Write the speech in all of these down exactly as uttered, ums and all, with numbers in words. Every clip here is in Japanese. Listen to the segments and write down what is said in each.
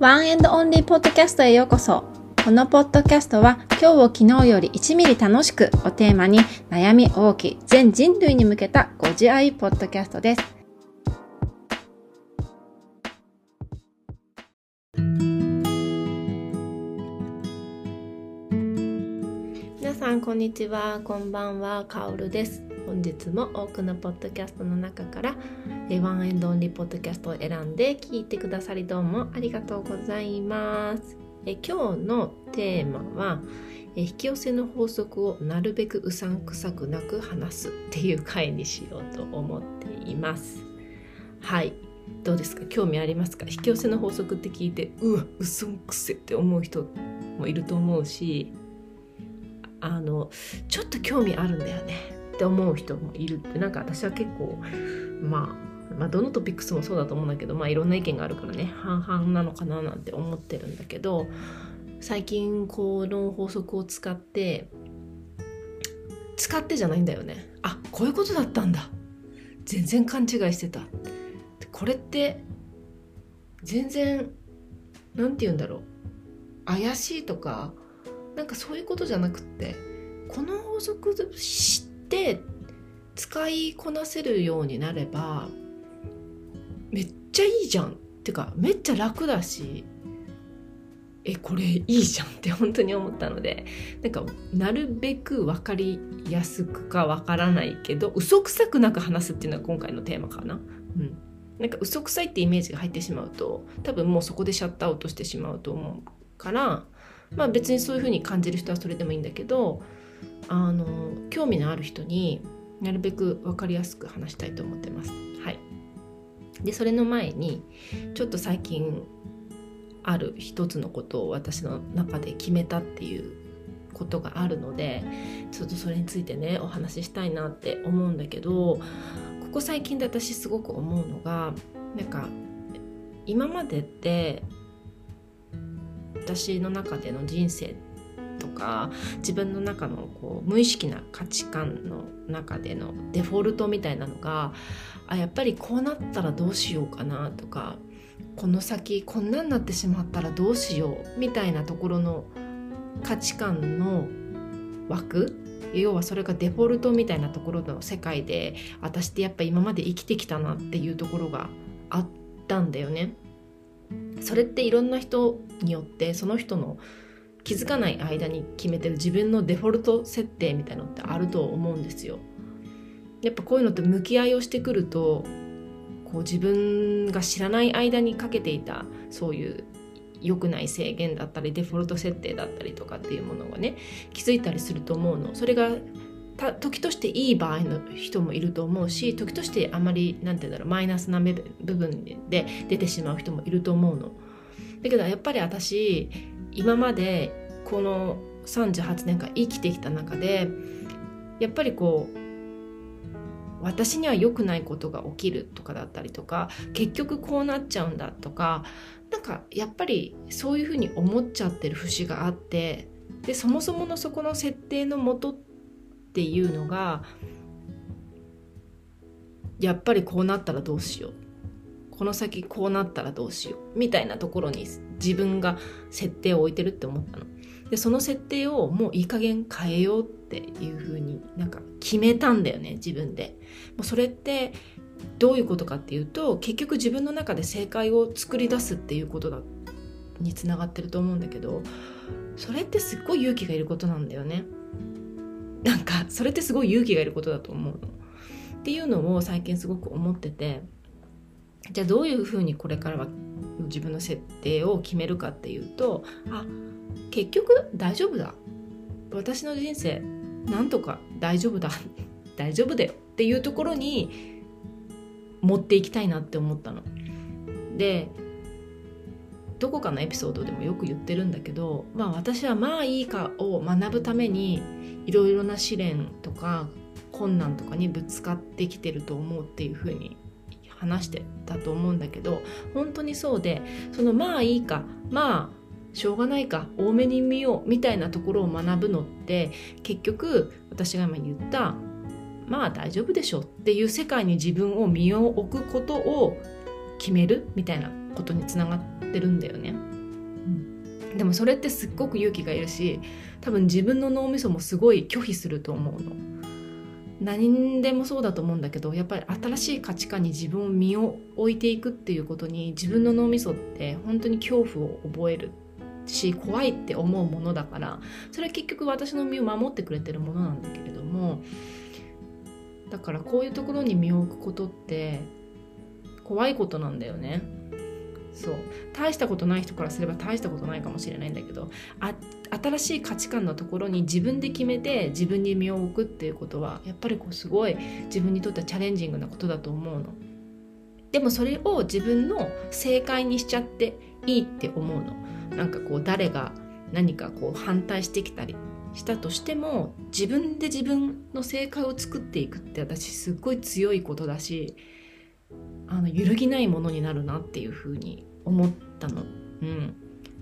ワンエンドオンリーポッドキャストへようこそ。このポッドキャストは今日を昨日よりいちミリ楽しくをテーマに悩み多き全人類に向けたご自愛ポッドキャストです。皆さんこんにちは、こんばんは、かおるです。本日も多くのポッドキャストの中からワンエンドオンリーポッドキャストを選んで聞いてくださりどうもありがとうございます。え今日のテーマはえ引き寄せの法則をなるべくうさんくさくなく話すっていう回にしようと思っています。はい、どうですか？興味ありますか？引き寄せの法則って聞いてうわうさんくせって思う人もいると思うし、あのちょっと興味あるんだよねって思う人もいるって、なんか私は結構まあまあ、どのトピックスもそうだと思うんだけど、まあ、いろんな意見があるからね半々なのかななんて思ってるんだけど、最近この法則を使って使ってじゃないんだよね。あ、こういうことだったんだ、全然勘違いしてた、これって全然なんて言うんだろう、怪しいとかなんかそういうことじゃなくって、この法則知って使いこなせるようになればめっちゃいいじゃんってか、めっちゃ楽だし、えこれいいじゃんって本当に思ったので、なんかなるべく分かりやすくか分からないけど嘘くさくなく話すっていうのが今回のテーマかな。うん、なんか嘘くさいってイメージが入ってしまうと多分もうそこでシャットアウトしてしまうと思うから、まあ別にそういう風に感じる人はそれでもいいんだけど、あの興味のある人になるべく分かりやすく話したいと思ってます。はい。でそれの前にちょっと最近ある一つのことを私の中で決めたっていうことがあるので、ちょっとそれについてねお話ししたいなって思うんだけど、ここ最近で私すごく思うのが、なんか今までって私の中での人生とか自分の中のこう無意識な価値観の中でのデフォルトみたいなのが、あやっぱりこうなったらどうしようかなとか、この先こんなになってしまったらどうしようみたいなところの価値観の枠、要はそれがデフォルトみたいなところの世界で私ってやっぱ今まで生きてきたなっていうところがあったんだよね。それっていろんな人によってその人の気づかない間に決めてる自分のデフォルト設定みたいなのってあると思うんですよ。やっぱこういうのって向き合いをしてくると、こう自分が知らない間にかけていたそういう良くない制限だったりデフォルト設定だったりとかっていうものがね気づいたりすると思うの。それがた時としていい場合の人もいると思うし、時としてあまりなんていうんだろうマイナスな部分で出てしまう人もいると思うの。だけどやっぱり私今までこのさんじゅうはちねんかん生きてきた中でやっぱりこう私には良くないことが起きるとかだったりとか、結局こうなっちゃうんだとか、なんかやっぱりそういうふうに思っちゃってる節があって、でそもそものそこの設定のもとっていうのがやっぱりこうなったらどうしよう、この先こうなったらどうしようみたいなところに自分が設定を置いてるって思ったので、その設定をもういい加減変えようっていう風になんか決めたんだよね、自分で。もうそれってどういうことかっていうと、結局自分の中で正解を作り出すっていうことだにつながってると思うんだけど、それってすっごい勇気がいることなんだよね。なんかそれってすごい勇気がいることだと思うのっていうのを最近すごく思ってて、じゃあどういうふうにこれからは自分の設定を決めるかっていうと、あ結局大丈夫だ、私の人生なんとか大丈夫だ大丈夫だよっていうところに持っていきたいなって思ったので、どこかのエピソードでもよく言ってるんだけど、まあ私はまあいいかを学ぶためにいろいろな試練とか困難とかにぶつかってきてると思うっていうふうに話してたと思うんだけど、本当にそうで、そのまあいいかまあしょうがないか多めに見ようみたいなところを学ぶのって、結局私が今言ったまあ大丈夫でしょっていう世界に自分を身を置くことを決めるみたいなことにつながってるんだよね、うん、でもそれってすっごく勇気がいるし、多分自分の脳みそもすごい拒否すると思うの。何でもそうだと思うんだけど、やっぱり新しい価値観に自分を身を置いていくっていうことに、自分の脳みそって本当に恐怖を覚えるし、怖いって思うものだから、それは結局私の身を守ってくれてるものなんだけれども、だからこういうところに身を置くことって怖いことなんだよね。そう、大したことない人からすれば大したことないかもしれないんだけど、あ新しい価値観のところに自分で決めて自分に身を置くっていうことは、やっぱりこうすごい自分にとってはチャレンジングなことだと思うの。でもそれを自分の正解にしちゃっていいって思うの。なんかこう誰が何かこう反対してきたりしたとしても、自分で自分の正解を作っていくって私すっごい強いことだし、あの揺るぎないものになるなっていうふうに思ったの。うん。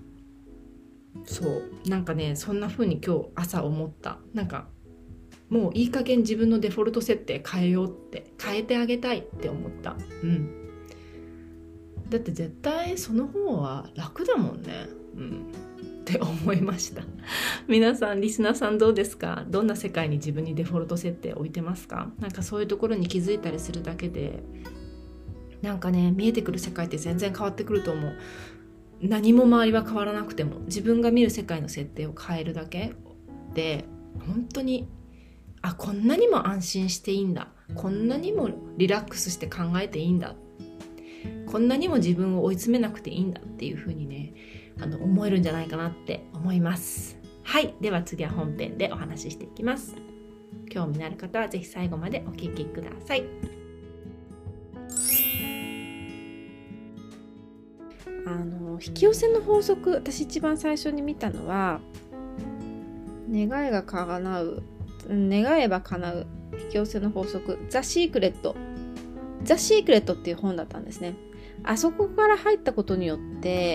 そうなんかね、そんな風に今日朝思った。なんかもういい加減自分のデフォルト設定変えようって、変えてあげたいって思った。うん。だって絶対その方は楽だもんね。うん。って思いました。皆さん、リスナーさんどうですか？どんな世界に自分にデフォルト設定置いてますか？なんかそういうところに気づいたりするだけで、なんかね、見えてくる世界って全然変わってくると思う。何も周りは変わらなくても、自分が見る世界の設定を変えるだけで、本当にあこんなにも安心していいんだ、こんなにもリラックスして考えていいんだ、こんなにも自分を追い詰めなくていいんだっていう風にね、あの思えるんじゃないかなって思います。はい、では次は本編でお話ししていきます。興味のある方はぜひ最後までお聞きください。あの引き寄せの法則、私一番最初に見たのは、願いが叶う、願えば叶う引き寄せの法則、ザ・シークレットザ・シークレットっていう本だったんですね。あそこから入ったことによって、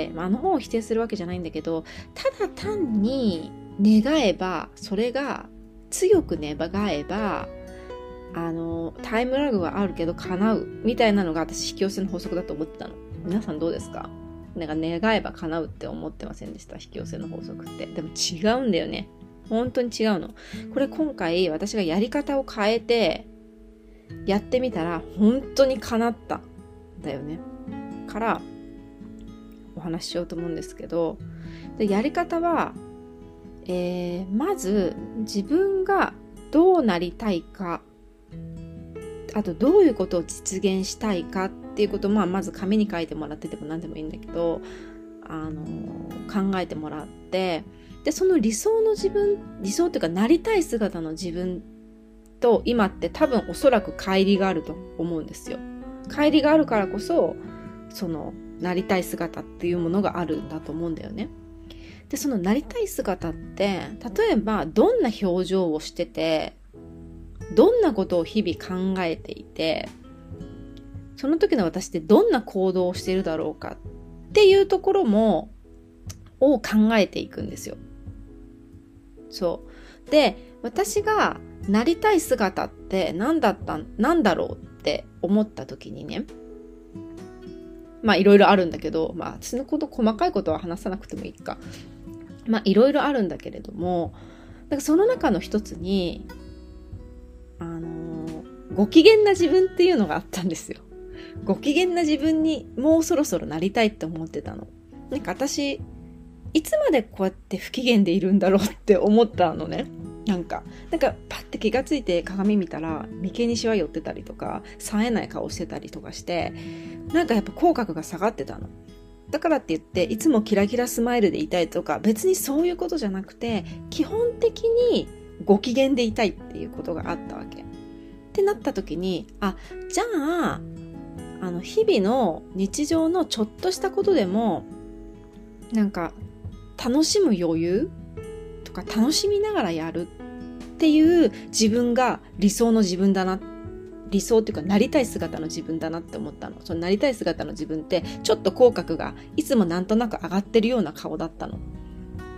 あの本を否定するわけじゃないんだけど、ただ単に願えば、それが強く願えば、あのタイムラグはあるけど叶うみたいなのが私引き寄せの法則だと思ってたの。皆さんどうですか？なんか願えば叶うって思ってませんでした？引き寄せの法則って。でも違うんだよね。本当に違うの。これ今回私がやり方を変えてやってみたら本当に叶ったんだよね。からお話ししようと思うんですけど、でやり方は、えー、まず自分がどうなりたいか、あとどういうことを実現したいかっていうことを、まあ、まず紙に書いてもらってても何でもいいんだけど、あの考えてもらって、でその理想の自分、理想っていうかなりたい姿の自分と今って多分おそらく乖離があると思うんですよ。乖離があるからこそそのなりたい姿っていうものがあるんだと思うんだよね。でそのなりたい姿って例えばどんな表情をしてて、どんなことを日々考えていて、その時の私ってどんな行動をしているだろうかっていうところもを考えていくんですよ。そうで、私がなりたい姿って何だったなんだろうって思った時にね、まあいろいろあるんだけど、まあ私のこと細かいことは話さなくてもいいか、まあいろいろあるんだけれども、だからその中の一つにあのー、ご機嫌な自分っていうのがあったんですよ。ご機嫌な自分にもうそろそろなりたいって思ってたの。なんか私いつまでこうやって不機嫌でいるんだろうって思ったのね。なんかなんかパッて気がついて鏡見たら眉間にシワ寄ってたりとか、冴えない顔してたりとかして、なんかやっぱ口角が下がってたの。だからって言っていつもキラキラスマイルでいたいとか、別にそういうことじゃなくて、基本的にご機嫌でいたいっていうことがあったわけってなった時に、あ、じゃああの日々の日常のちょっとしたことでもなんか楽しむ余裕とか楽しみながらやるっていう自分が理想の自分だな、理想っていうかなりたい姿の自分だなって思ったの。そのなりたい姿の自分ってちょっと口角がいつもなんとなく上がってるような顔だったの。そ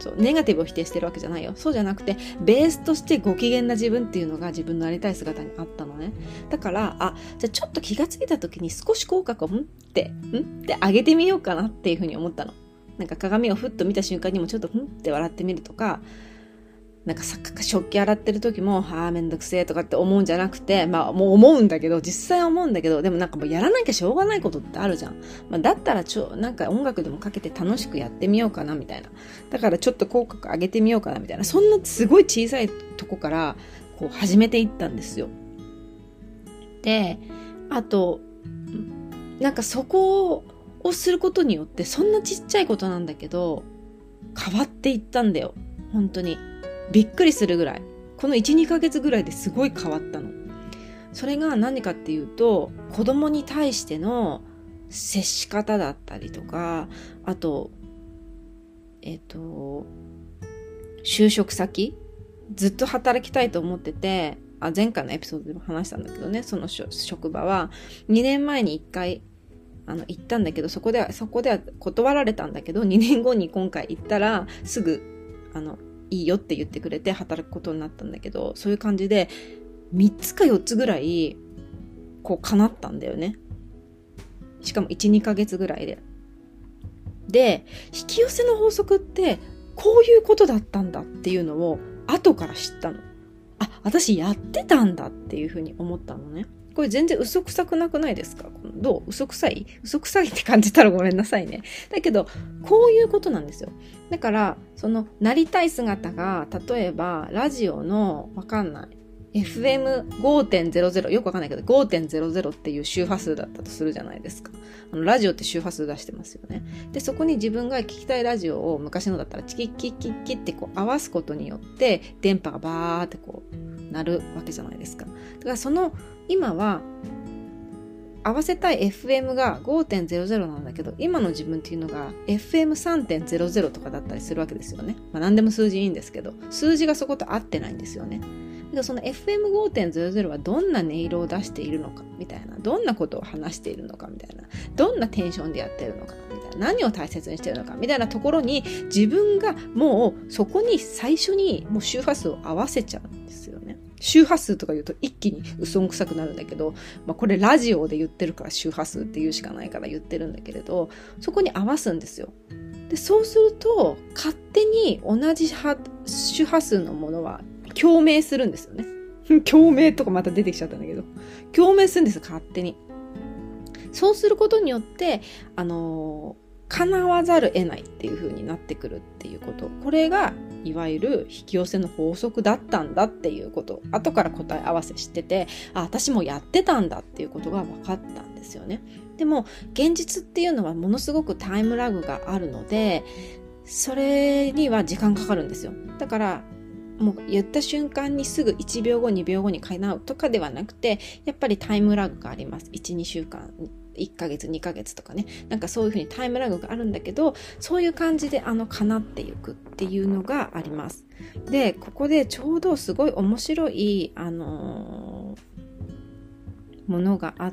そうネガティブを否定してるわけじゃないよ。そうじゃなくてベースとしてご機嫌な自分っていうのが自分のなりたい姿にあったのね。だからあじゃあちょっと気がついた時に少し口角をんってんって上げてみようかなっていうふうに思ったの。なんか鏡をふっと見た瞬間にもちょっとんって笑ってみるとか、なんかさ食器洗ってる時もあーめんどくせえとかって思うんじゃなくて、まあもう思うんだけど、実際は思うんだけど、でもなんかもうやらなきゃしょうがないことってあるじゃん。まあ、だったらちょなんか音楽でもかけて楽しくやってみようかなみたいな。だからちょっと口角上げてみようかなみたいな。そんなすごい小さいとこからこう始めていったんですよ。で、あとなんかそこをすることによってそんなちっちゃいことなんだけど変わっていったんだよ。本当に。びっくりするぐらいこの いちにかげつぐらいですごい変わったの。それが何かっていうと、子供に対しての接し方だったりとか、あとえっと就職先、ずっと働きたいと思ってて、あ前回のエピソードでも話したんだけどね、その職場はにねんまえにいっかいあの行ったんだけど、そこではそこでは断られたんだけど、にねんごに今回行ったらすぐあのいいよって言ってくれて働くことになったんだけど、そういう感じでみっつかよっつぐらいこう叶ったんだよね。しかも いちにかげつぐらいで。で、引き寄せの法則ってこういうことだったんだっていうのを後から知ったの。あ、私やってたんだっていうふうに思ったのね。これ全然嘘くさくなくないですか？どう？嘘くさい？嘘くさいって感じたらごめんなさいね。だけどこういうことなんですよ。だからそのなりたい姿が、例えばラジオのわかんない エフエムごてんゼロゼロ よくわかんないけど ごてんゼロゼロ っていう周波数だったとするじゃないですか。あのラジオって周波数出してますよね。でそこに自分が聞きたいラジオを昔のだったらチキッキッキッキッってこう合わすことによって電波がバーってこうなるわけじゃないですか。だからその今は合わせたい エフエム が ごてんゼロゼロ なんだけど、今の自分っていうのが エフエムさんてんゼロゼロ とかだったりするわけですよね。まあ何でも数字いいんですけど、数字がそこと合ってないんですよね。だからその エフエムごてんゼロゼロ はどんな音色を出しているのかみたいな、どんなことを話しているのかみたいな、どんなテンションでやってるのかみたいな、何を大切にしているのかみたいなところに自分がもうそこに最初にもう周波数を合わせちゃうんですよね。周波数とか言うと一気に嘘くさくなるんだけど、まあ、これラジオで言ってるから周波数って言うしかないから言ってるんだけれど、そこに合わすんですよ。でそうすると勝手に同じ周波数のものは共鳴するんですよね。共鳴とかまた出てきちゃったんだけど、共鳴するんですよ、勝手に。そうすることによってあのー叶わざる得ないっていう風になってくるっていうこと、これがいわゆる引き寄せの法則だったんだっていうこと、後から答え合わせしてて、あ、私もやってたんだっていうことが分かったんですよね。でも現実っていうのはものすごくタイムラグがあるので、それには時間かかるんですよ。だからもう言った瞬間にすぐいちびょうごにびょうごに叶うとかではなくて、やっぱりタイムラグがあります。いち、にしゅうかん、いっかげつ、にかげつとかね、なんかそういうふうにタイムラグがあるんだけど、そういう感じであの叶っていくっていうのがあります。でここでちょうどすごい面白い、あのー、ものがあって、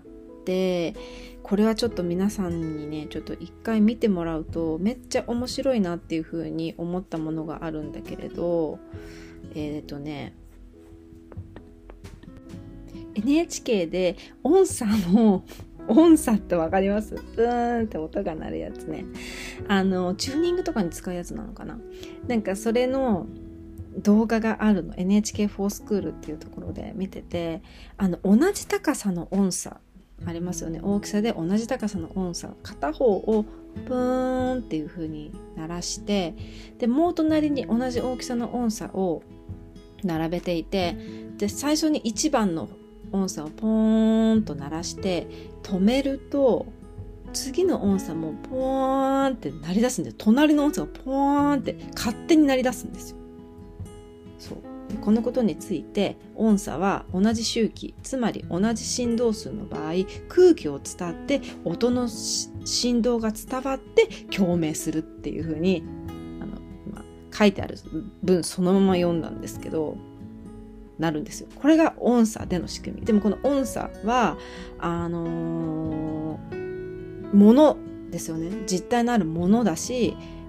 これはちょっと皆さんにねちょっと一回見てもらうとめっちゃ面白いなっていうふうに思ったものがあるんだけれど、えっとね エヌエイチケー で音差の音差ってわかります？うーんって音が鳴るやつね。あのチューニングとかに使うやつなのかな。なんかそれの動画があるの、 エヌエイチケーフォー スクールっていうところで見てて、あの同じ高さの音差ありますよね。大きさで同じ高さの音差、片方をプーンっていう風に鳴らして、でもう隣に同じ大きさの音差を並べていて、で最初にいちばんの音差をポーンと鳴らして止めると、次の音差もポーンって鳴り出すんで、隣の音差がポーンって勝手に鳴り出すんですよ。そうでこのことについて、音差は同じ周期、つまり同じ振動数の場合、空気を伝って音の振動が伝わって共鳴するっていう風にあの、まあ、書いてある文そのまま読んだんですけど、なるんですよ。これが音差での仕組み。でもこの音差はあのー、ものですよね。実体のあるものだし、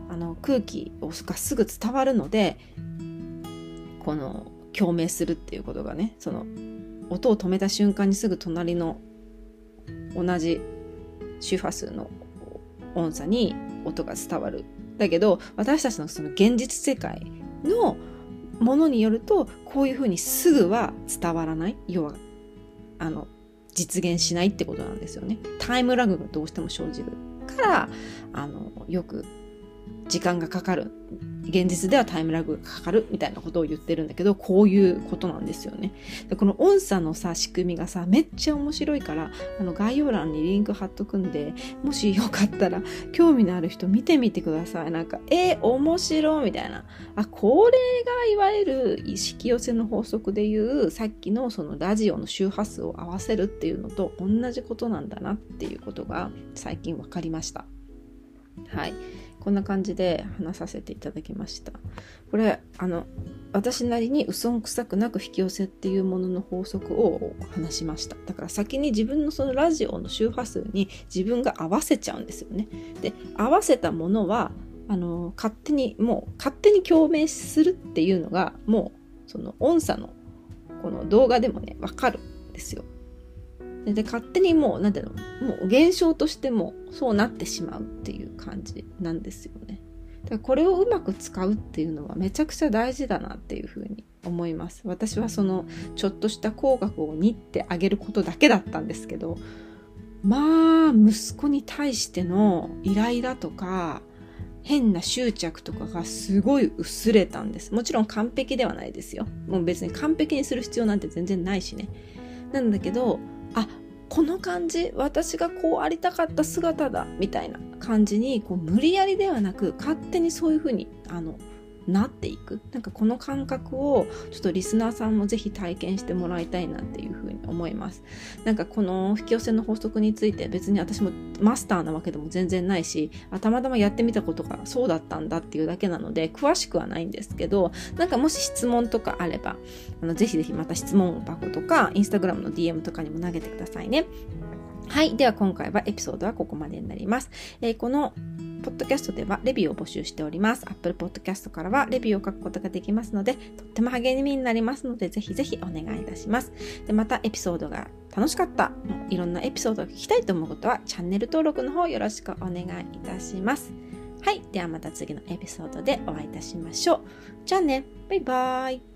あの空気がすぐ伝わるので、この共鳴するっていうことがね、その音を止めた瞬間にすぐ隣の同じ周波数の音差に音が伝わる。だけど私たちのその現実世界のものによると、こういうふうにすぐは伝わらない、要はあの実現しないってことなんですよね。タイムラグがどうしても生じるから、あのよく時間がかかる、現実ではタイムラグがかかるみたいなことを言ってるんだけど、こういうことなんですよね。でこの音差のさ仕組みがさめっちゃ面白いから、あの概要欄にリンク貼っとくんで、もしよかったら興味のある人見てみてください。なんかえー、面白いみたいな、あこれがいわゆる引き寄せの法則でいうさっきのそのラジオの周波数を合わせるっていうのと同じことなんだなっていうことが最近分かりました。はい、こんな感じで話させていただきました。これあの私なりにうそんくさくなく引き寄せっていうものの法則を話しました。だから先に自分のそのラジオの周波数に自分が合わせちゃうんですよね。で合わせたものはあの勝手にもう勝手に共鳴するっていうのがもうその音差のこの動画でもね分かるんですよ。で勝手にもうなんていうの、もう現象としてもそうなってしまうっていう感じなんですよね。だからこれをうまく使うっていうのはめちゃくちゃ大事だなっていうふうに思います。私はそのちょっとした口角を煮ってあげることだけだったんですけど、まあ息子に対してのイライラとか変な執着とかがすごい薄れたんです。もちろん完璧ではないですよ。もう別に完璧にする必要なんて全然ないしね。なんだけど、あ、この感じ、私がこうありたかった姿だみたいな感じにこう無理やりではなく勝手にそういう風にあのなっていく。なんかこの感覚をちょっとリスナーさんもぜひ体験してもらいたいなっていう風に思います。なんかこの引き寄せの法則について別に私もマスターなわけでも全然ないし、たまたまやってみたことがそうだったんだっていうだけなので詳しくはないんですけど、なんかもし質問とかあればあのぜひぜひまた質問箱とかインスタグラムの ディーエム とかにも投げてくださいね。はい。では今回はエピソードはここまでになります。えー、このポッドキャストではレビューを募集しております。Apple Podcast からはレビューを書くことができますので、とっても励みになりますので、ぜひぜひお願いいたします。で、またエピソードが楽しかった、いろんなエピソードを聞きたいと思うことは、チャンネル登録の方よろしくお願いいたします。はい。ではまた次のエピソードでお会いいたしましょう。じゃあね。バイバイ。